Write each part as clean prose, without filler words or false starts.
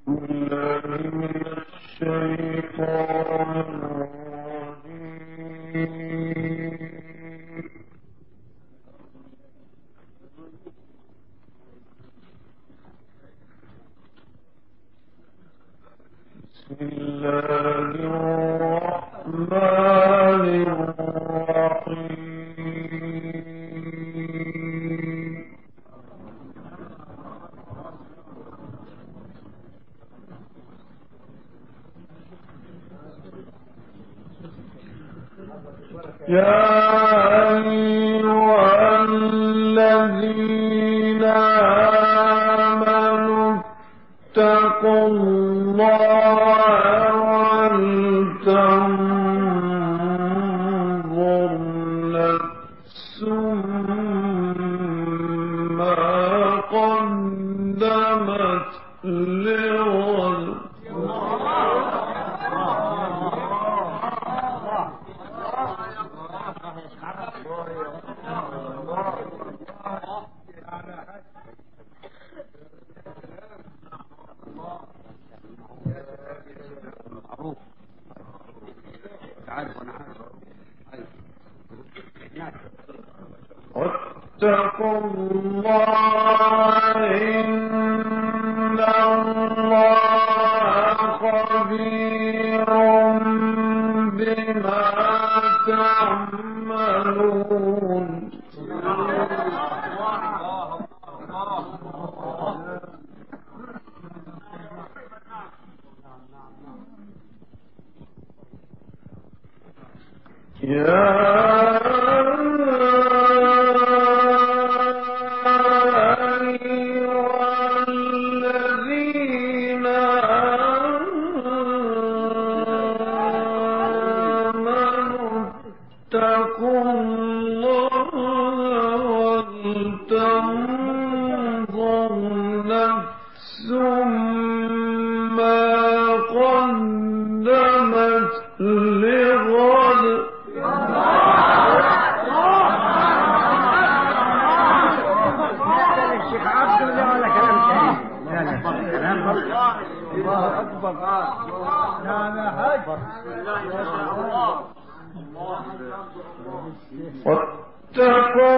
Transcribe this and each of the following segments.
واتقوا الله إن الله خبير بما تعملون. واتقوا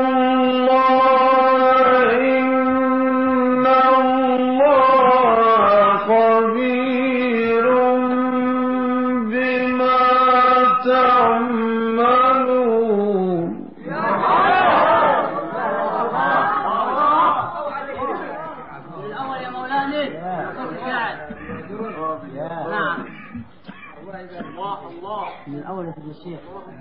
الله إن الله خبير بما تعملون. الأول يا مولانا نعم من الأول يا الشيخ.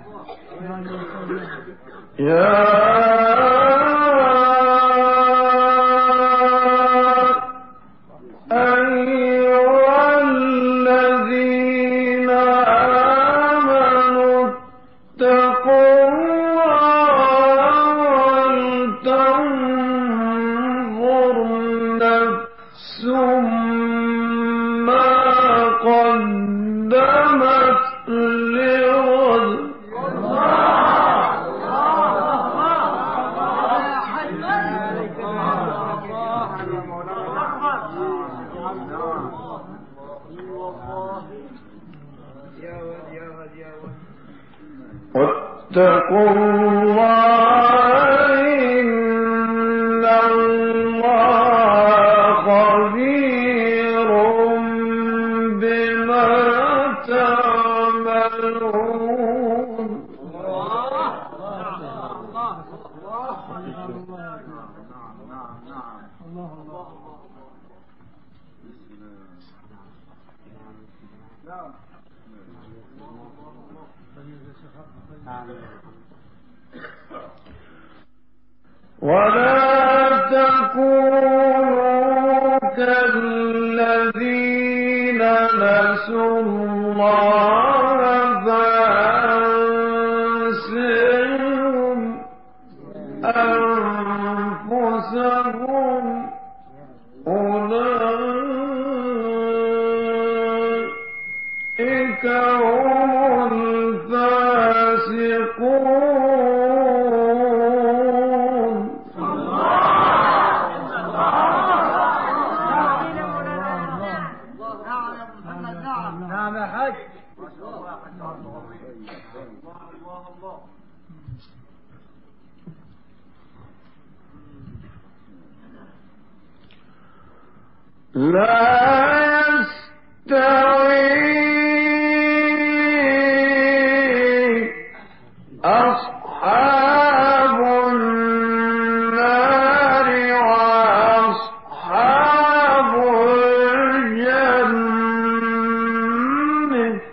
واتقوا الله إن الله خبير بما تعملون. ولا تكونوا كالذين نسوا الله فأنساهم أنفسهم أولئك هم الفاسقون. نعم حاج. لا يستوي أصحاب النار وأصحاب الجنة.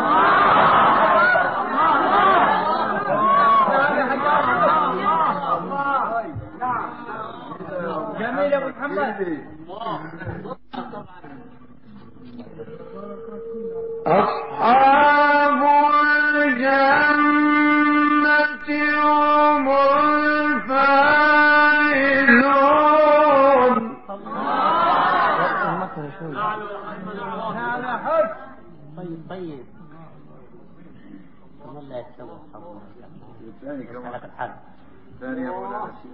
جميل يا ابو محمد. أصحاب الجنة هم الفائزون. نعم يا حاج. طيب ومن لا يستوي أصحاب النار على الحال ثاني أبو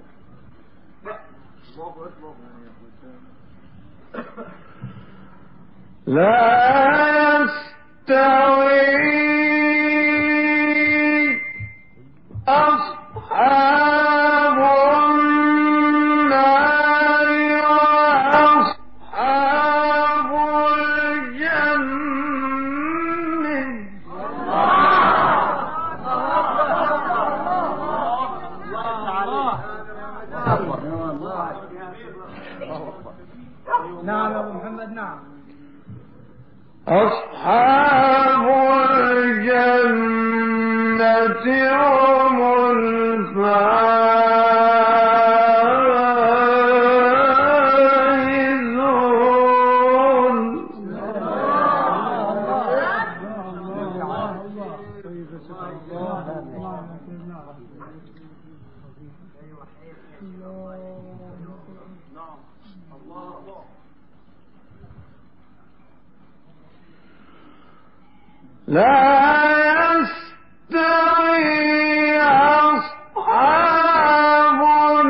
لا يستوي أصحاب النار وأصحاب نعم يا ابو محمد. نعم أصحاب الجنة هم الفائزون. لا يستوي أصحاب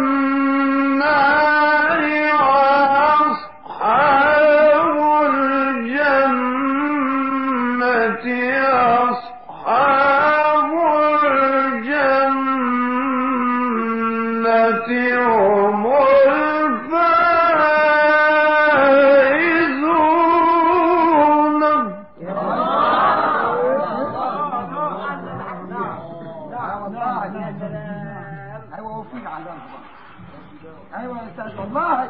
النار وأصحاب الجنة. أصحاب الجنة هم الفائزون. ايوه وفيك عندنا. ايوه يا استاذ والله.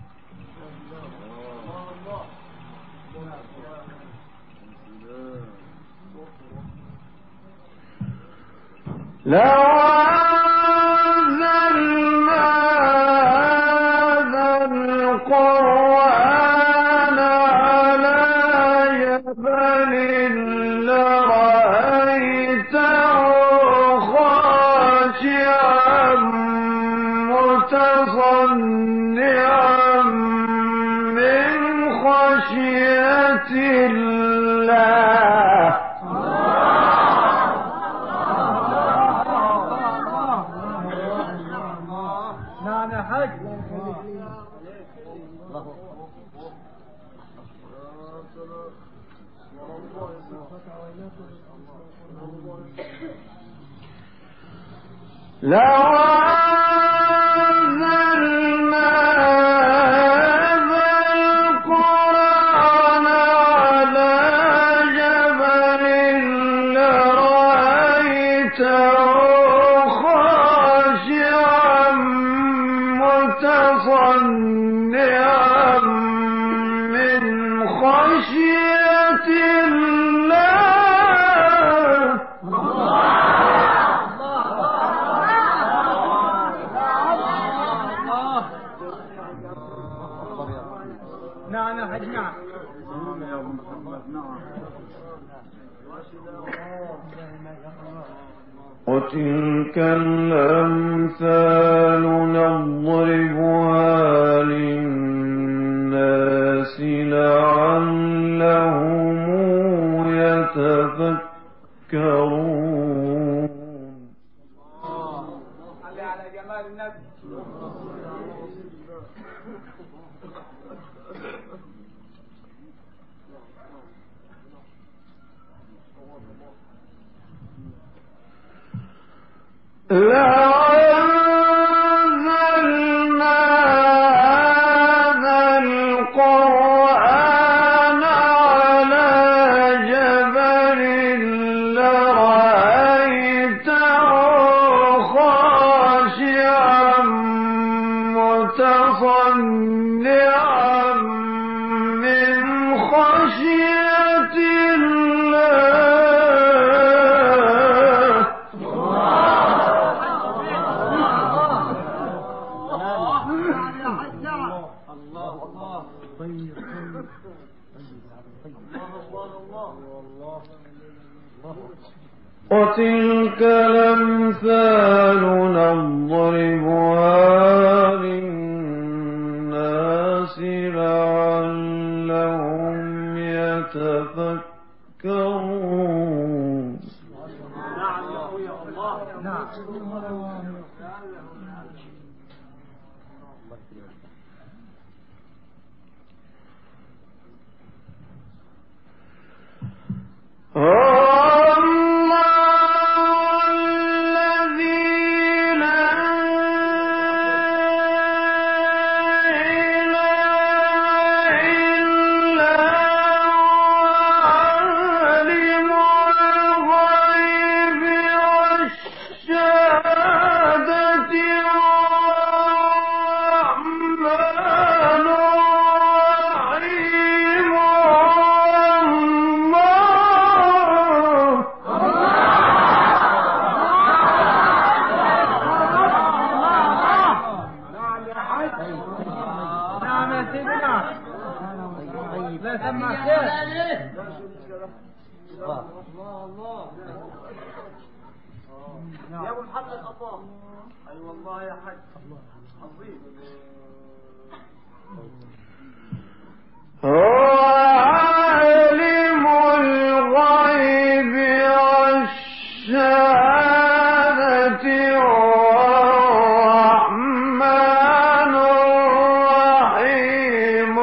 لو أنزلنا هذا القرآن على جبل لرأيته خاشعا متصدعا من خشية الله. نعم يا حاج. لو أنزلنا هذا القرآن على جبل لرأيته خاشعا متصدعا من خشية الله. نعم يا حاج. نعم وتلك الأمثال نضربها للناس لعلهم يتفكرون. على جمال النبي. وتلك الأمثال نضربها للناس لعلهم يتفكرون. يا ابو محمد الله. اي والله يا حاج عظيم. عالم الغيب والشهادة الرحمن الرحيم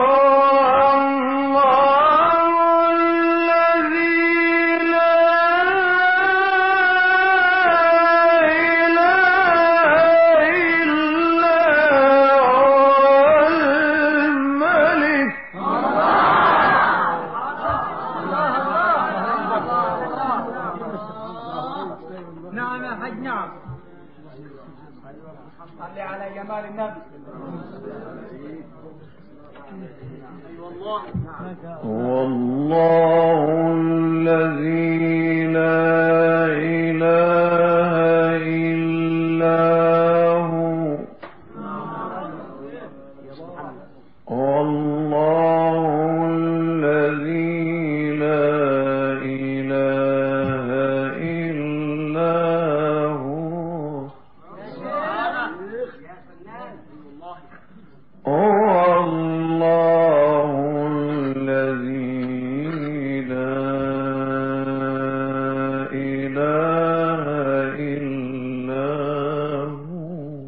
صلي على جمال النبي. هو الله الذي لا إله إلا هو. هو الله الذي لا إله إلا هو. هو الله الذي لا إله إلا هو.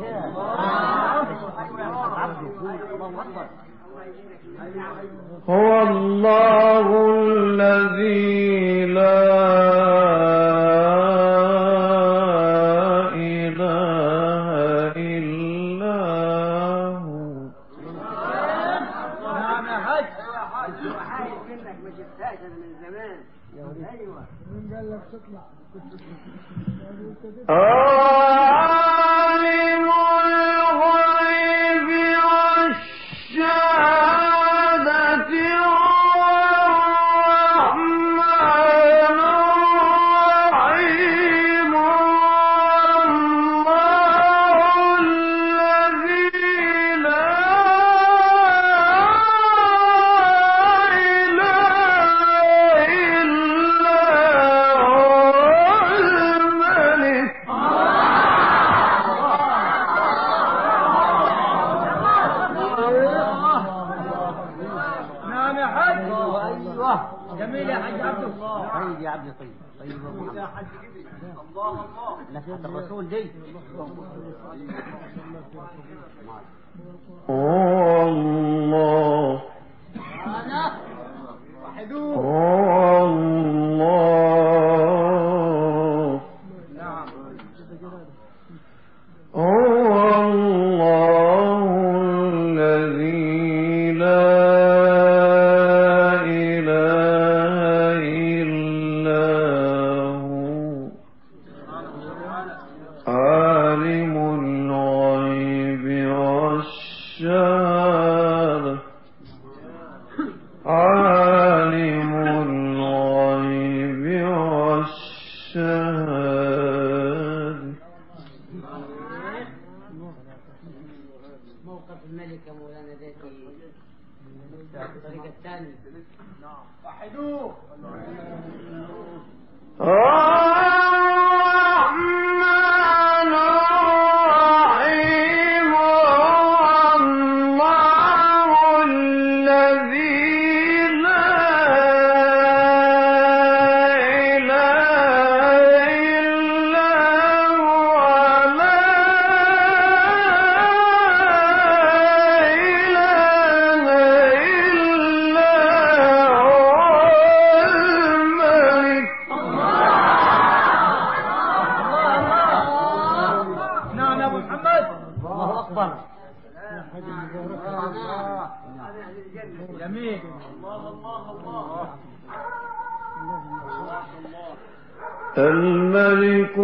هو الله الذي لا إله إلا هو. ما شفتهاش انا من زمان. ايوه مين قال لك تطلع؟ عالم الغيب والشهادة الرحمن الرحيم الله الذي لا إله إلا هو الملك. نعم يا حاج. ايوه جميل يا حاج عبد الله. طيب يا عبد طيب. طيب يا حاج كده. الله الله. نسيت الرسول دي. هو الله. وحدوه. هو الله. نعم. عالم الغيب والشهادة. موقف الملك يا مولانا ذاتي الطريقة الثانية. وحدوه. الرحمن الرحيم الله الذي لا إله إلا هو لا إله إلا هو الملك. نعم يا ابو محمد. الله أكبر. جميل. الملك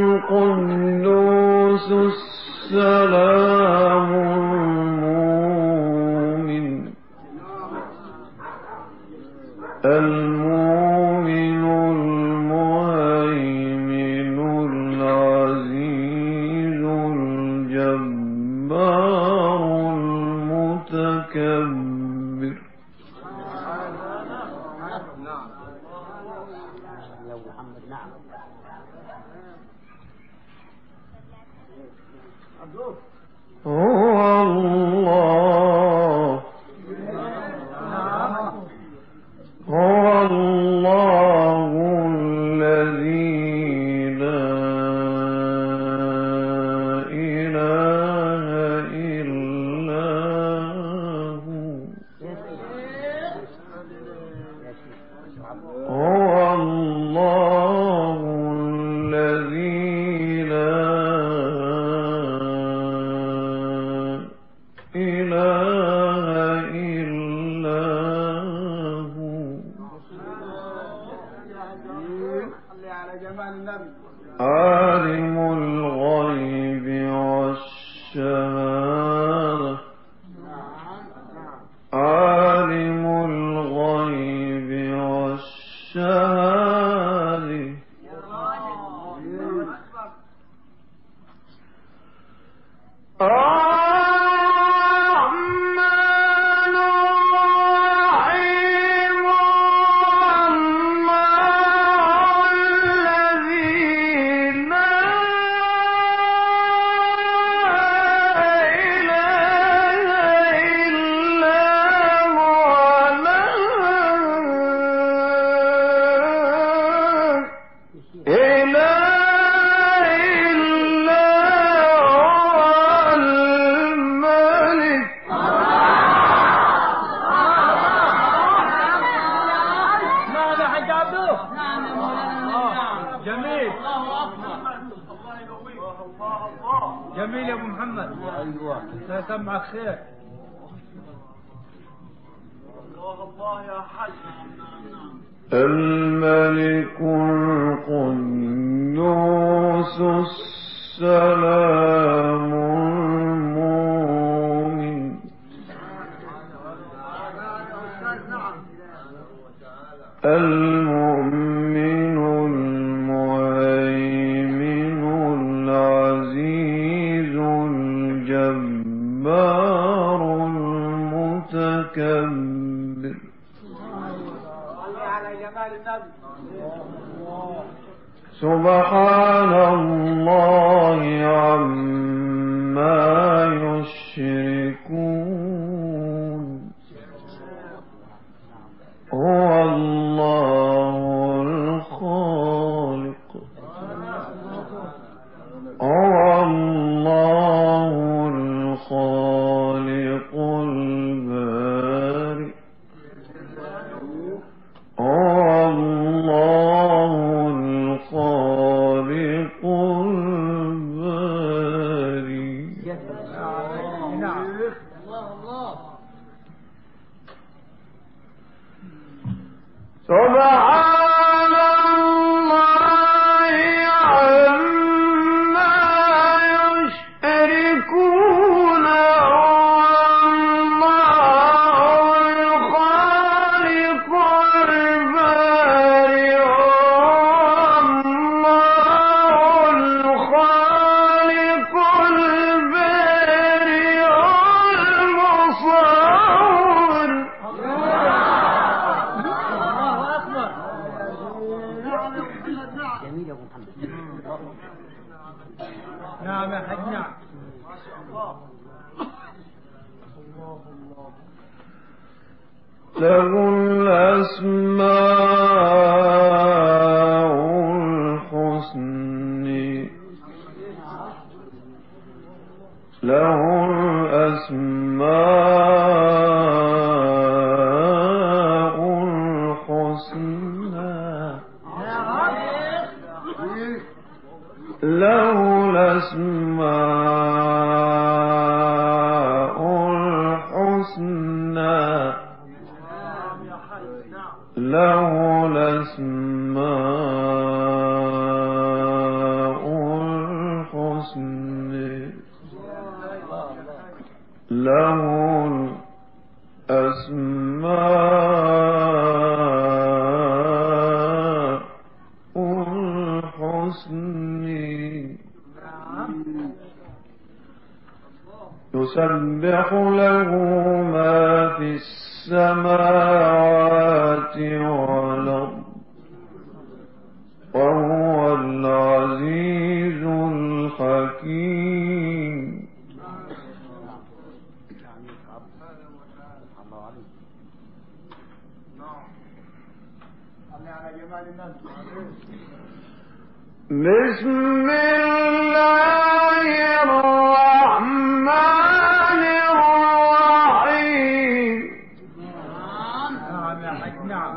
القدوس السلام المؤمن المؤمن المهيمن العزيز الجبار المتكبر. يا أبو محمد. نعم. هو الله هو الله الذي لا إله إلا هو الله الذي لا إله إلا هو عالم الغيب والشهادة عالم الغيب والشهادة الرحمن الرحيم الله الذي لا إله إلا هو لا إله إلا هو الملك. نعم يا حاج عبدو. جميل. جميل يا ابو محمد. أيوة. سامعك خير. الملك القدوس السلام المؤمن المؤمن المهيمن العزيز الجبار المتكبر. سبحان الله عما يشركون. هو الله الخالق هو الله الخالق البارئ هو الله الخالق البارئ. نعم. سبحان الله عما يشركون. الله الخالق أبو محمد. نعم يا حج نعم. له الأسماء الحسنى له الأسماء الحسنى له الأسماء الحسنى له الأسماء الحسنى له الأسماء الحسنى يسبح له ما في السماوات والأرض وهو العزيز الحكيم بسم الله الرحمن الرحيم نعم يا حج نعم.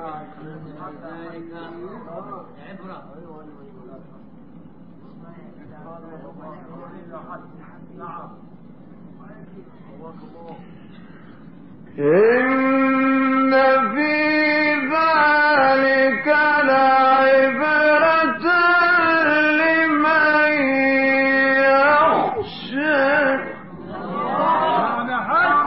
إن في ذلك لعبرة لمن يخشى نعم يا حج.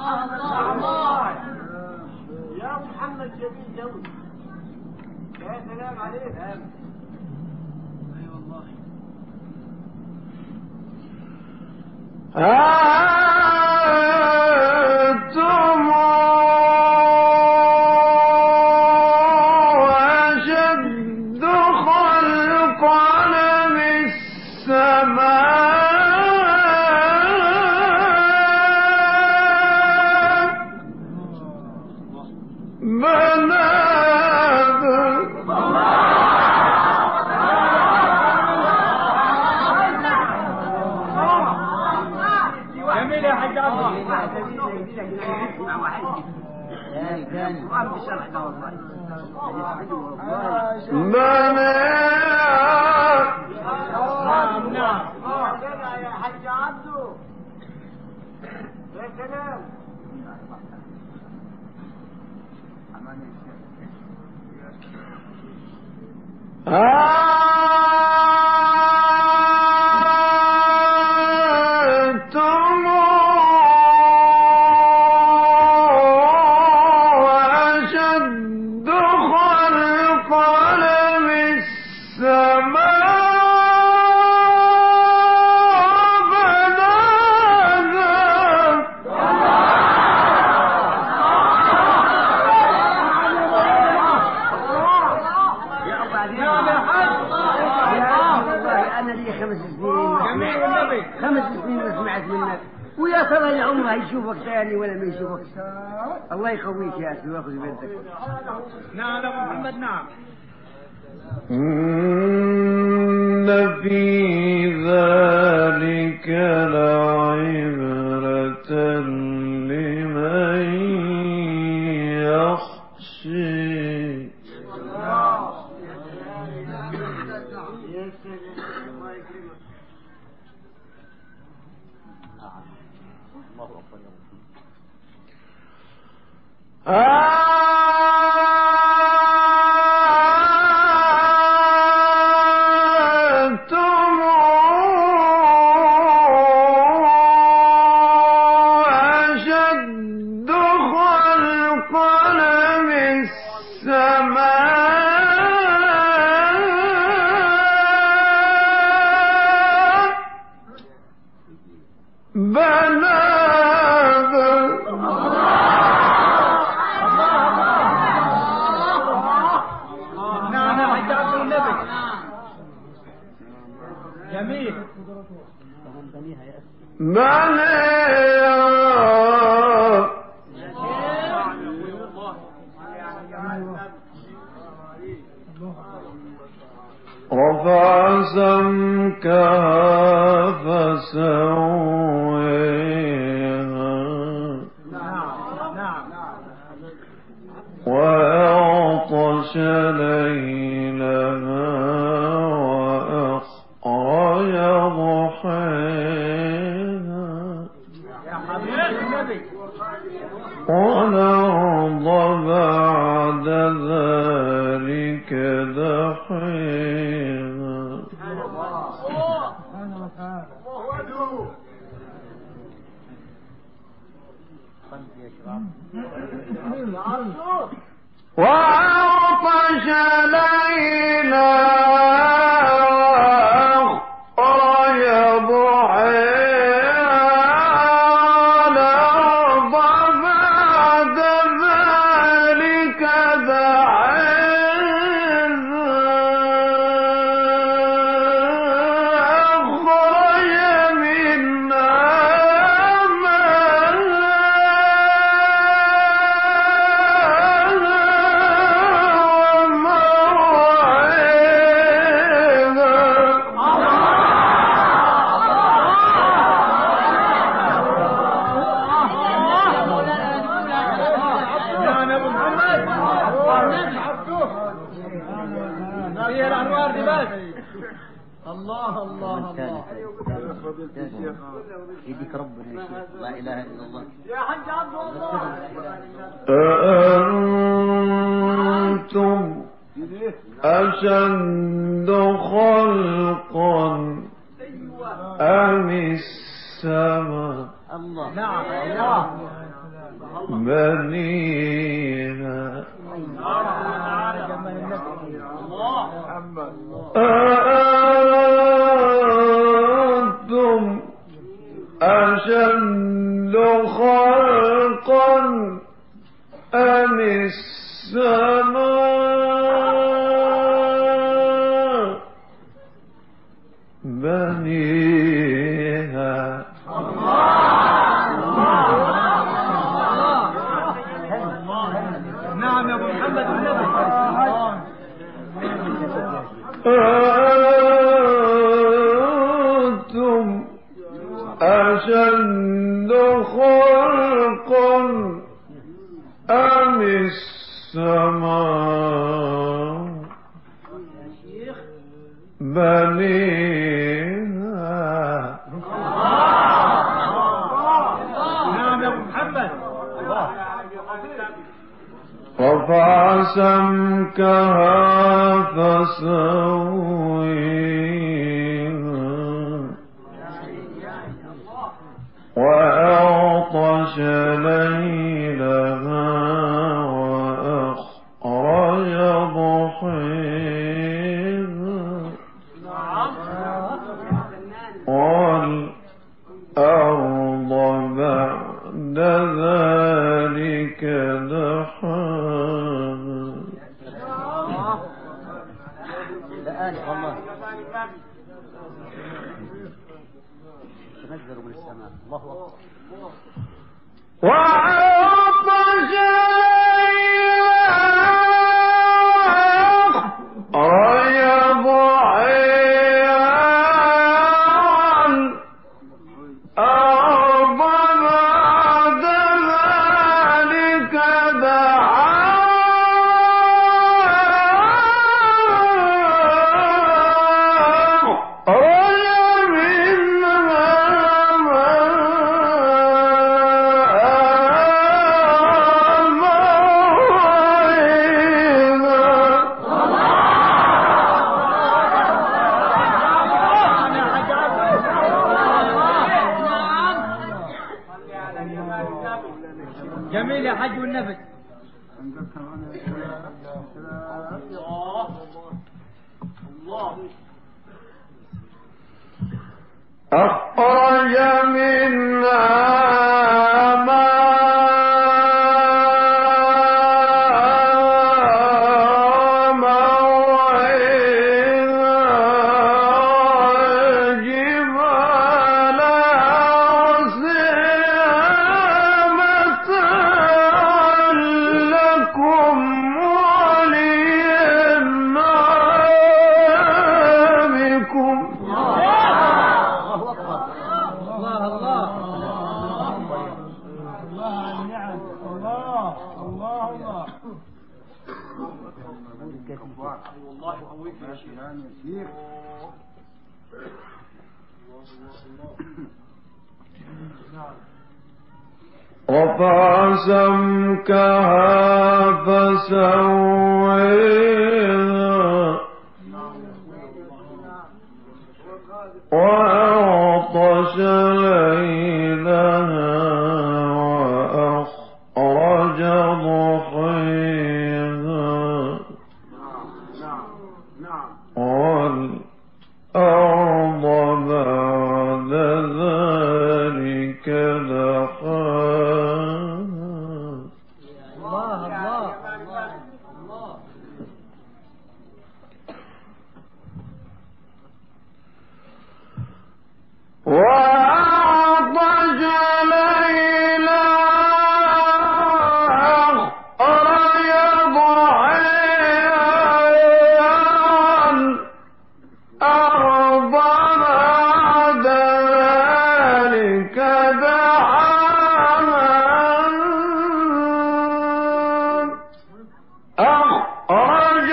يا محمد جميل جوي. يا سلام عليك. اي والله. أنتم أشد خلقا من السماء جميل يا حج عبد. نعم نعم. يا حج عبدو. يا سلام. أنتم أشد خلقا من السماء بناها أنا لي 5 سنين. جميل والنبي. 5 سنين ما سمعت منك، ويا ترى يا عمره يشوفك ثاني ولا ما يشوفك. الله يقويك يا أخي وياخذ بيدك. نعم يا أبو محمد نعم. إن في ذلك لعبرة لمن يخشى أنتم أشد خلقا من السماء بناها نعم يا حج عبد النبي. رفع سمكها فسويها وأغطش ليلها وأخرج ضحيها والأرض بعد ذلك دحيها وأغطش ليلها وأخرج ضحيها والأرض بعد ذلك يديك ربنا يا شيخ لا اله الا الله يا حاج عبد الله. أأنتم أشد خلقا أم السماء الله نعم الله بنيها أأنتم أشد خلقا أم السماء بنيها نعم يا ابو محمد النبي. أنتم أشد خلقا أم السماء بنيها نعم يا ابو محمد. رفع سمكها فسويها وأغطش ليلها وأخرج ضحيها والأرض بعد ذلك دحاها الآن والله تنزل من السماء الله أكبر وأغطش ليلها جميل يا حاج والنبي. أخرج منها جبالها والله قويك يا شيخ. رفع سمكها فسويها وأغطش ليلها وأخرج ضحيها والأرض بعد ذلك دحاها. الله الله وأغطش ليلها وأخرج ضحيها والأرض بعد ذلك دحاها أخرج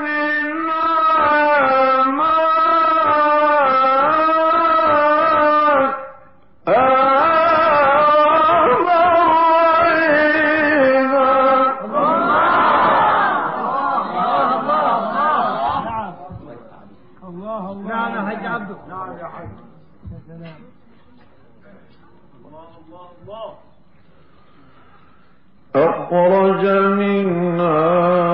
منها نعم يا حاج عبده. نعم يا حاج. أخرج منها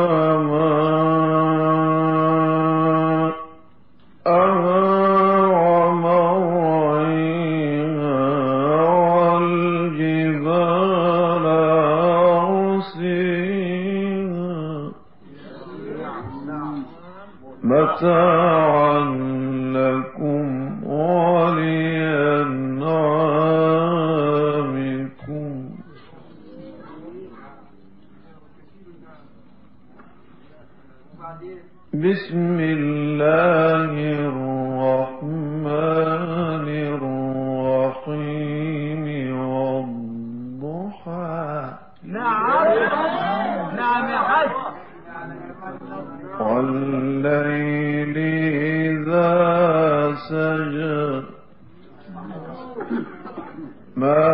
ماءها ومرعيها والجبال أرسيها متاعا لكم ولأنعامكم. بسم الله الرحمن الرحيم والضحى. نعم نعم يا حاج. والليل إذا سجى ما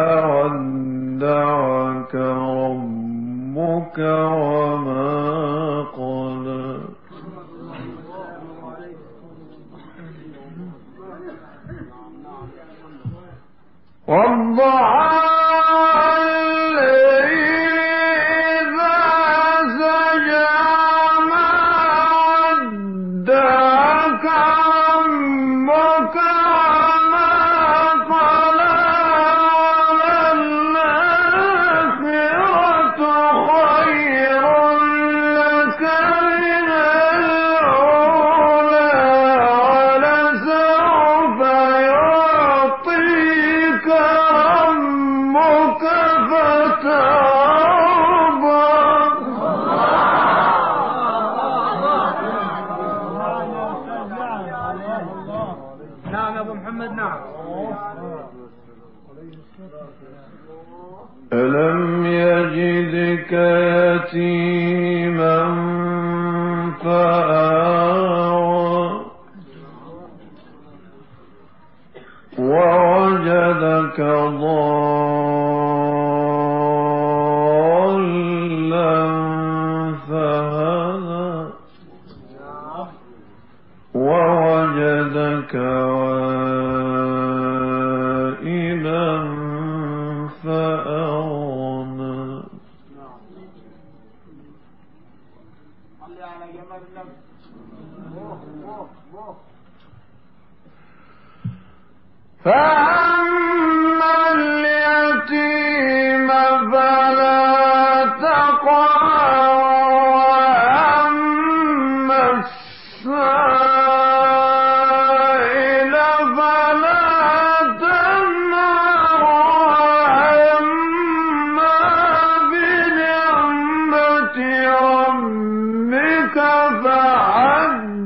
ودعك ربك وما قلى. والضحى ألم يجدك يتيما فآوى ووجدك ضالا فهدى ووجدك عائلا فأغنى. فأما اليتيم فلا تقهر وأما السائل فلا تنهر وأما بنعمة ربك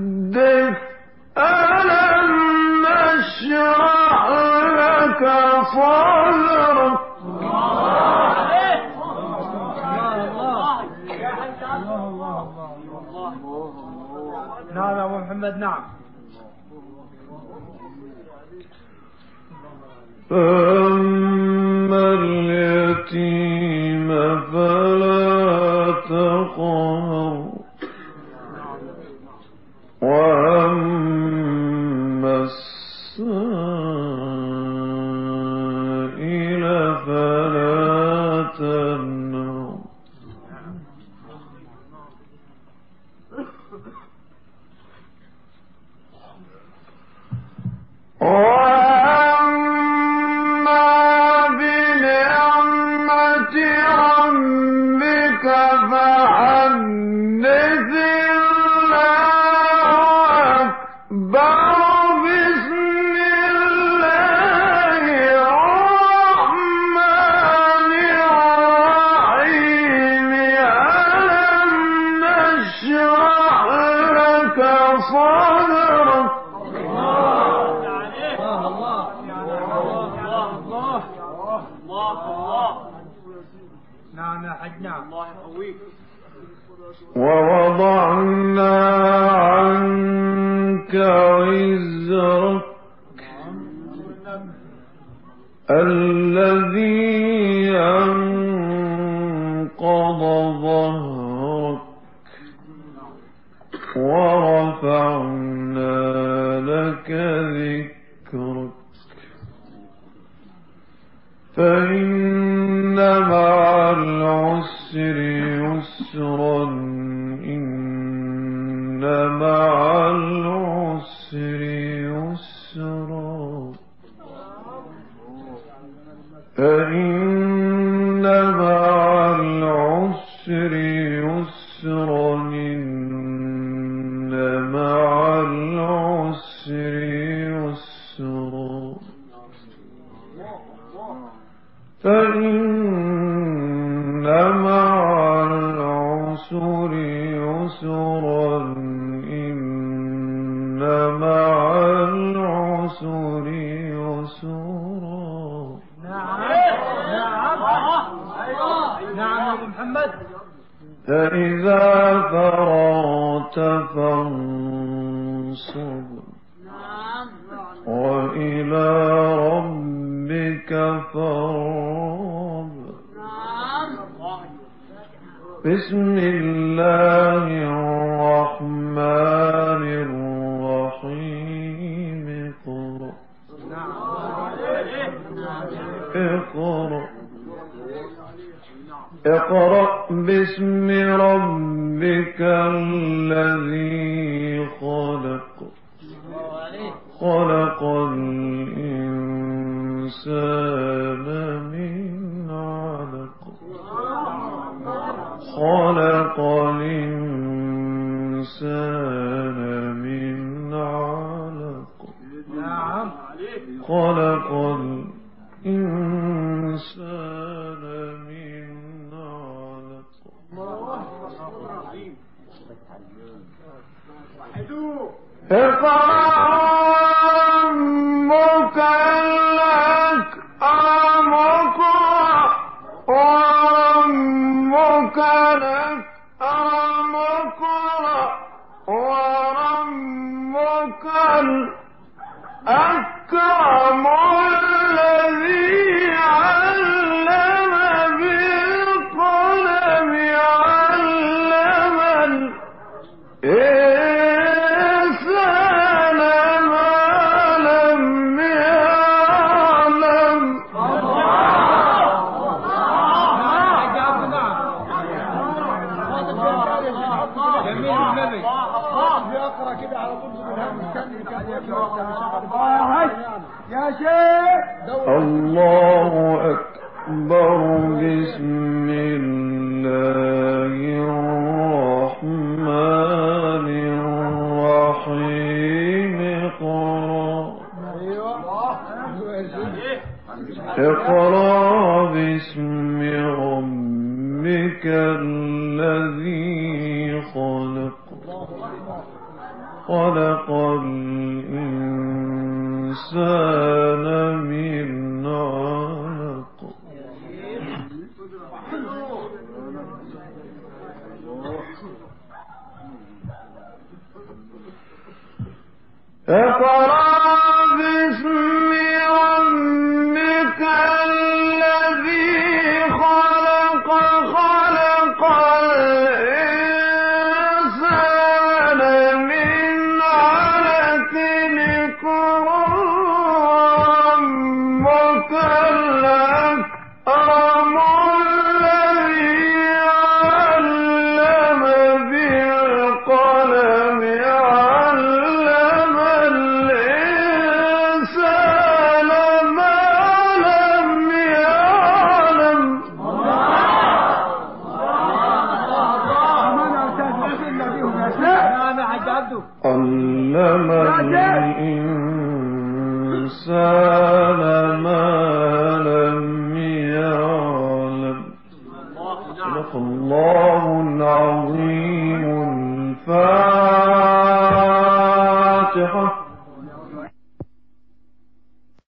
فحدث. ألم نشرح لك نعم يا أبو محمد نعم. فأما اليتيم فلا تقهر وأما السائل فلا تنهر ووضعنا عنك وزرك الذي أنقض ظهرك ورفعنا لك ذكرك فإن مع العسر يسرا إن مع العسر يسرا فإن مع العسر يسرا إن مع العسر يسرا فإن مع العسر يسرا إن مع العسر يسرا نعم يا أبو محمد. فإذا فرغت فانصب وإلى ربك فارغب بسم الله الرحمن الرحيم اقرأ باسم ربك الذي خلق خلق الإنسان من علق خلق الإنسان من علق خلق الإنسان من علق اقرأ ربك الأكرم وربك الأكرم وربك الأكرم الذي علم بالقلم علم الإنسان ما لم يعلم يقرأ كده على طول يا شيخ. الله أكبر بسم الله الرحمن الرحيم اقرأ باسم ربك الذي خلق خلق الإنسان من علق اقرأ باسم ربك الذي خلق خلق الإنسان من علق اقرأ ربك الأكرم الذي علم بالقلم علم الإنسان ما لم يعلم علم الإنسان ما لم يعلم. صدق الله العظيم. الفاتحة.